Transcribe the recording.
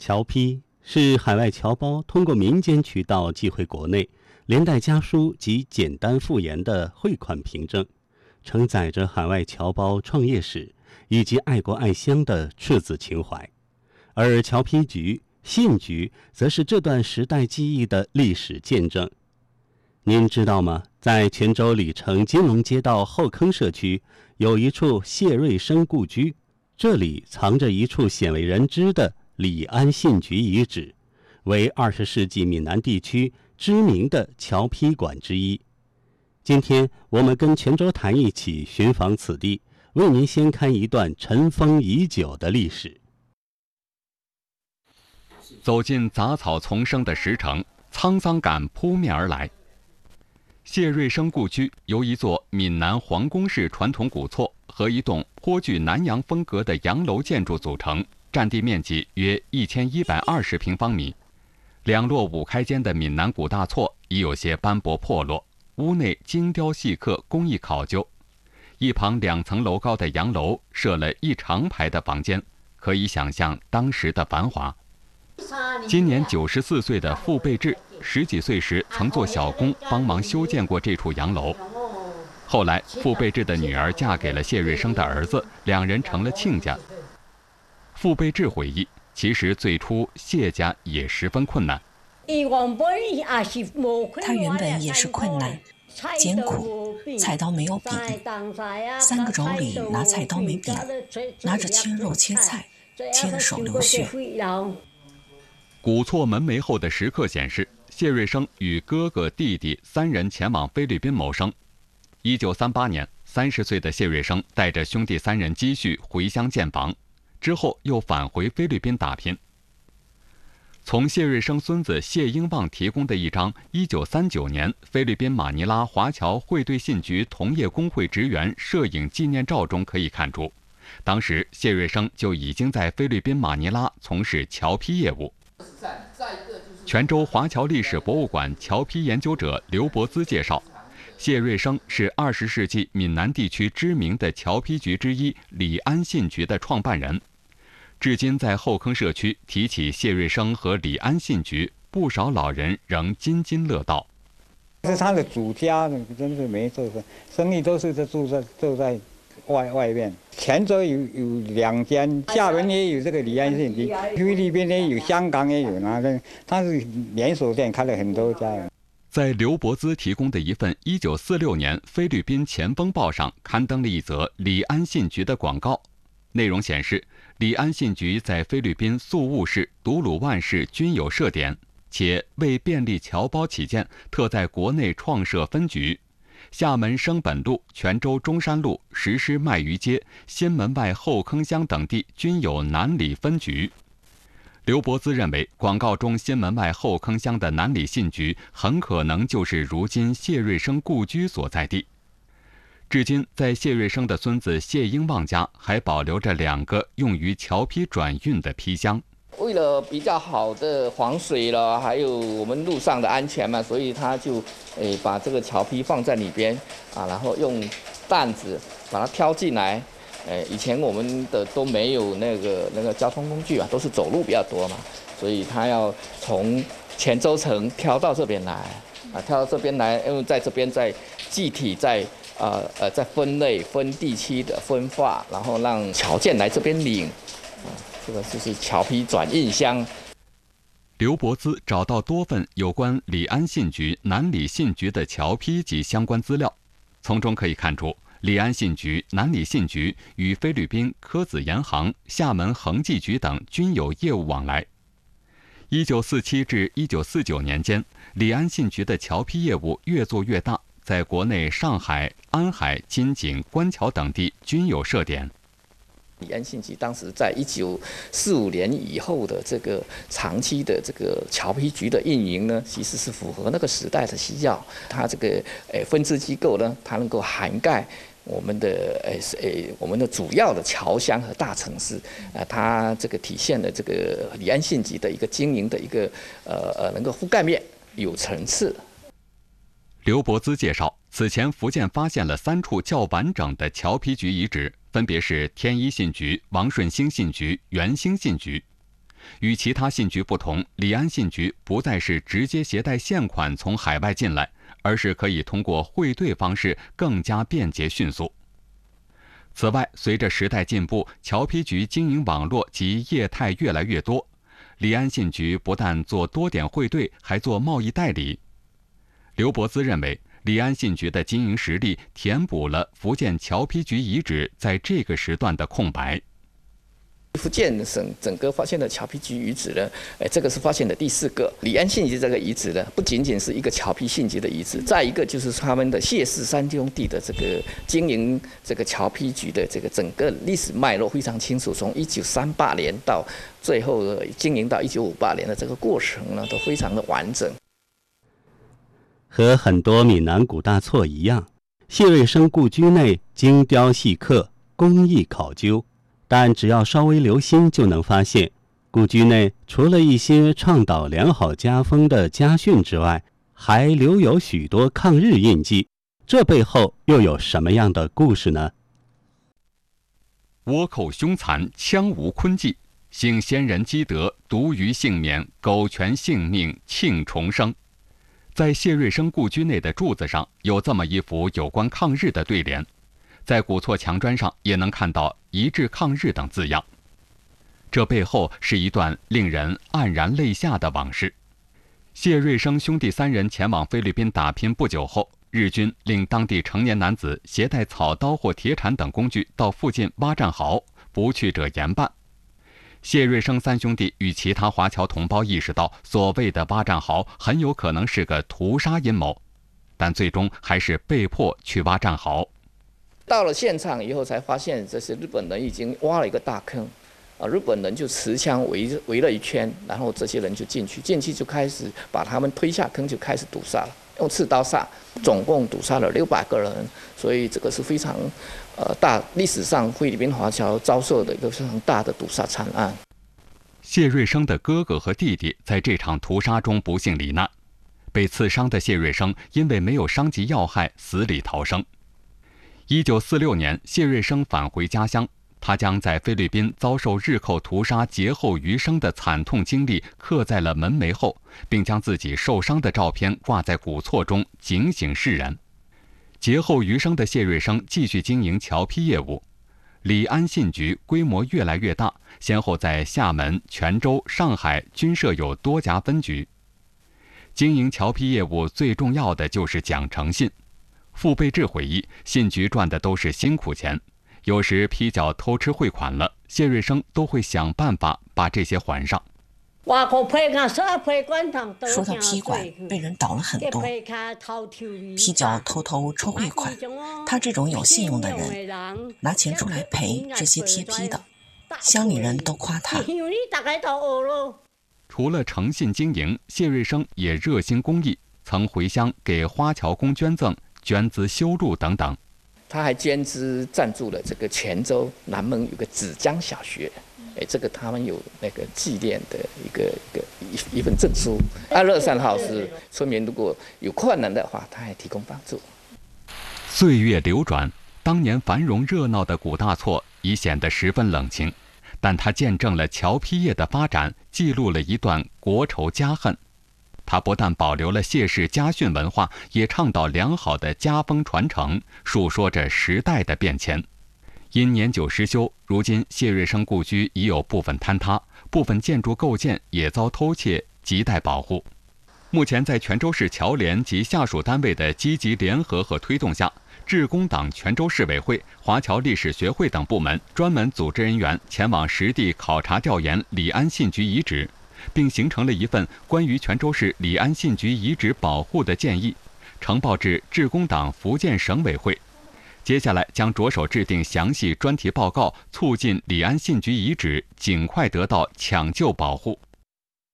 侨批是海外侨胞通过民间渠道寄回国内，连带家书及简单复言的汇款凭证，承载着海外侨胞创业史以及爱国爱乡的赤子情怀。而侨批局、信局则是这段时代记忆的历史见证。您知道吗？在泉州里城金龙街道后坑社区有一处谢瑞生故居，这里藏着一处鲜为人知的礼安信局遗址，为20世纪闽南地区知名的侨批馆之一。今天我们跟泉州台一起寻访此地，为您掀开一段尘封已久的历史。 走进杂草丛生的石城，沧桑感扑面而来。谢瑞生故居由一座闽南皇宫式传统古厝和一栋颇具南洋风格的洋楼建筑组成，占地面积约1120平方米。两落5开间的闽南古大厝已有些斑驳破落，屋内精雕细刻，工艺考究。一旁2层楼高的洋楼设了一长排的房间，可以想象当时的繁华。今年94岁的傅贝志10几岁时曾做小工帮忙修建过这处洋楼，后来傅贝志的女儿嫁给了谢瑞生的儿子，2人成了亲家。傅贝志回忆，其实最初谢家也十分困难， 他原本也是困难艰苦，菜刀没有柄，3个妯娌拿菜刀没柄，拿着青肉切菜，切得手流血。 古厝门楣后的石刻显示，谢瑞生与哥哥、弟弟3人前往菲律宾谋生。1938年，30岁的谢瑞生带着兄弟3人积蓄回乡建房，之后又返回菲律宾打拼。从谢瑞生孙子谢英旺提供的一张1939年菲律宾马尼拉华侨汇兑信局同业工会职员摄影纪念照中可以看出，当时谢瑞生就已经在菲律宾马尼拉从事侨批业务。泉州华侨历史博物馆侨批研究者刘伯兹介绍，谢瑞生是20世纪闽南地区知名的侨批局之一礼安信局的创办人。至今在后坑社区提起谢瑞生和礼安信局，不少老人仍津津乐道。 是他的主家，真是没做过生意，都是住在外面。泉州有2间，厦门也有这个礼安信局，菲律宾也有，香港也有，他是连锁店开了很多家。 在刘伯兹提供的一份1946年菲律宾前锋报上刊登了一则礼安信局的广告，内容显示，礼安信局在菲律宾宿务市、独鲁万市均有设点，且为便利侨胞起见，特在国内创设分局。厦门升本路、泉州中山路、石狮卖鱼街、新门外后坑乡等地均有南礼分局。刘伯兹认为，广告中新门外后坑乡的南礼信局很可能就是如今谢瑞生故居所在地。至今，在谢瑞生的孙子谢英旺家还保留着2个用于侨批转运的批箱。 为了比较好的防水了，还有我们路上的安全嘛，所以他就把这个侨批放在里边啊，然后用担子把它挑进来。以前我们的都没有那个交通工具啊，都是走路比较多嘛，所以他要从泉州城挑到这边来啊，挑到这边来，因为在这边再具体在分类、分地区的分发，然后让侨件来这边领。这个就是侨批转运箱。 刘伯兹找到多份有关礼安信局、南礼信局的侨批及相关资料，从中可以看出，礼安信局、南礼信局与菲律宾科子盐行、厦门恒记局等均有业务往来。1947至1949年间，礼安信局的侨批业务越做越大，在国内上海、安海、金井、官桥等地均有设点。 礼安信局当时在1945年以后的这个长期的这个侨批局的运营呢，其实是符合那个时代的需要。它这个分支机构呢，它能够涵盖我们的主要的侨乡和大城市，它这个体现了这个礼安信局的一个经营的一个能够覆盖面有层次。 刘伯兹介绍，此前福建发现了3处较完整的侨批局遗址，分别是天一信局、王顺兴信局、元兴信局。 与其他信局不同，礼安信局不再是直接携带现款从海外进来，而是可以通过汇兑方式更加便捷迅速。此外，随着时代进步，侨批局经营网络及业态越来越多，礼安信局不但做多点汇兑，还做贸易代理。刘伯兹认为，礼安信局的经营实力填补了福建侨批局遗址在这个时段的空白。 福建省整个发现的侨批局遗址呢，这个是发现的第4个。礼安信局这个遗址呢，不仅仅是一个侨批信局的遗址，再一个就是他们的谢氏三兄弟的这个经营这个侨批局的这个整个历史脉络非常清楚，从1938年到最后经营到1958年的这个过程呢，都非常的完整。 和很多闽南古大厝一样，谢瑞生故居内精雕细刻，工艺考究。但只要稍微留心，就能发现，故居内除了一些倡导良好家风的家训之外，还留有许多抗日印记。这背后又有什么样的故事呢？ 倭寇凶残，枪无坤迹，幸先人积德，独余幸免，苟全性命，庆重生。在谢瑞生故居内的柱子上有这么一幅有关抗日的对联，在古厝墙砖上也能看到一致抗日等字样。这背后是一段令人黯然泪下的往事。谢瑞生兄弟3人前往菲律宾打拼不久后，日军令当地成年男子携带草刀或铁铲等工具到附近挖战壕，不去者严办。谢瑞生3兄弟与其他华侨同胞意识到，所谓的挖战壕很有可能是个屠杀阴谋，但最终还是被迫去挖战壕。 到了现场以后，才发现这些日本人已经挖了一个大坑，日本人就持枪围了一圈，然后这些人就进去就开始把他们推下坑，就开始毒杀了，用刺刀杀，总共毒杀了600个人，所以这个是非常大历史上菲律宾华侨遭受的一个非常大的毒杀惨案。 谢瑞生的哥哥和弟弟在这场屠杀中不幸罹难，被刺伤的谢瑞生因为没有伤及要害，死里逃生。1946年，谢瑞生返回家乡，他将在菲律宾遭受日寇屠杀劫后余生的惨痛经历刻在了门楣后，并将自己受伤的照片挂在古厝中，警醒世人。劫后余生的谢瑞生继续经营侨批业务，礼安信局规模越来越大，先后在厦门、泉州、上海均设有多家分局。经营侨批业务最重要的就是讲诚信。傅贝志回忆，信局赚的都是辛苦钱，有时批缴偷吃汇款了，谢瑞生都会想办法把这些还上。 说到批馆，被人倒了很多，批缴偷抽汇款，他这种有信用的人，拿钱出来赔这些贴批的，乡里人都夸他。 除了诚信经营，谢瑞生也热心公益，曾回乡给华侨工捐赠、捐资修路等等。 他还捐资赞助了这个泉州南门有个芷江小学，这个他们有那个纪念的一份证书。223号是村民如果有困难的话，他还提供帮助。 岁月流转，当年繁荣热闹的古大厝已显得十分冷清，但它见证了侨批业的发展，记录了一段国仇家恨。它不但保留了谢氏家训文化，也倡导良好的家风传承，述说着时代的变迁。因年久失修，如今谢瑞生故居已有部分坍塌，部分建筑构件也遭偷窃，亟待保护。目前在泉州市侨联及下属单位的积极联合和推动下，致公党泉州市委会、华侨历史学会等部门专门组织人员前往实地考察调研礼安信局遗址，并形成了一份关于泉州市礼安信局遗址保护的建议，呈报至致公党福建省委会。接下来将着手制定详细专题报告，促进礼安信局遗址尽快得到抢救保护。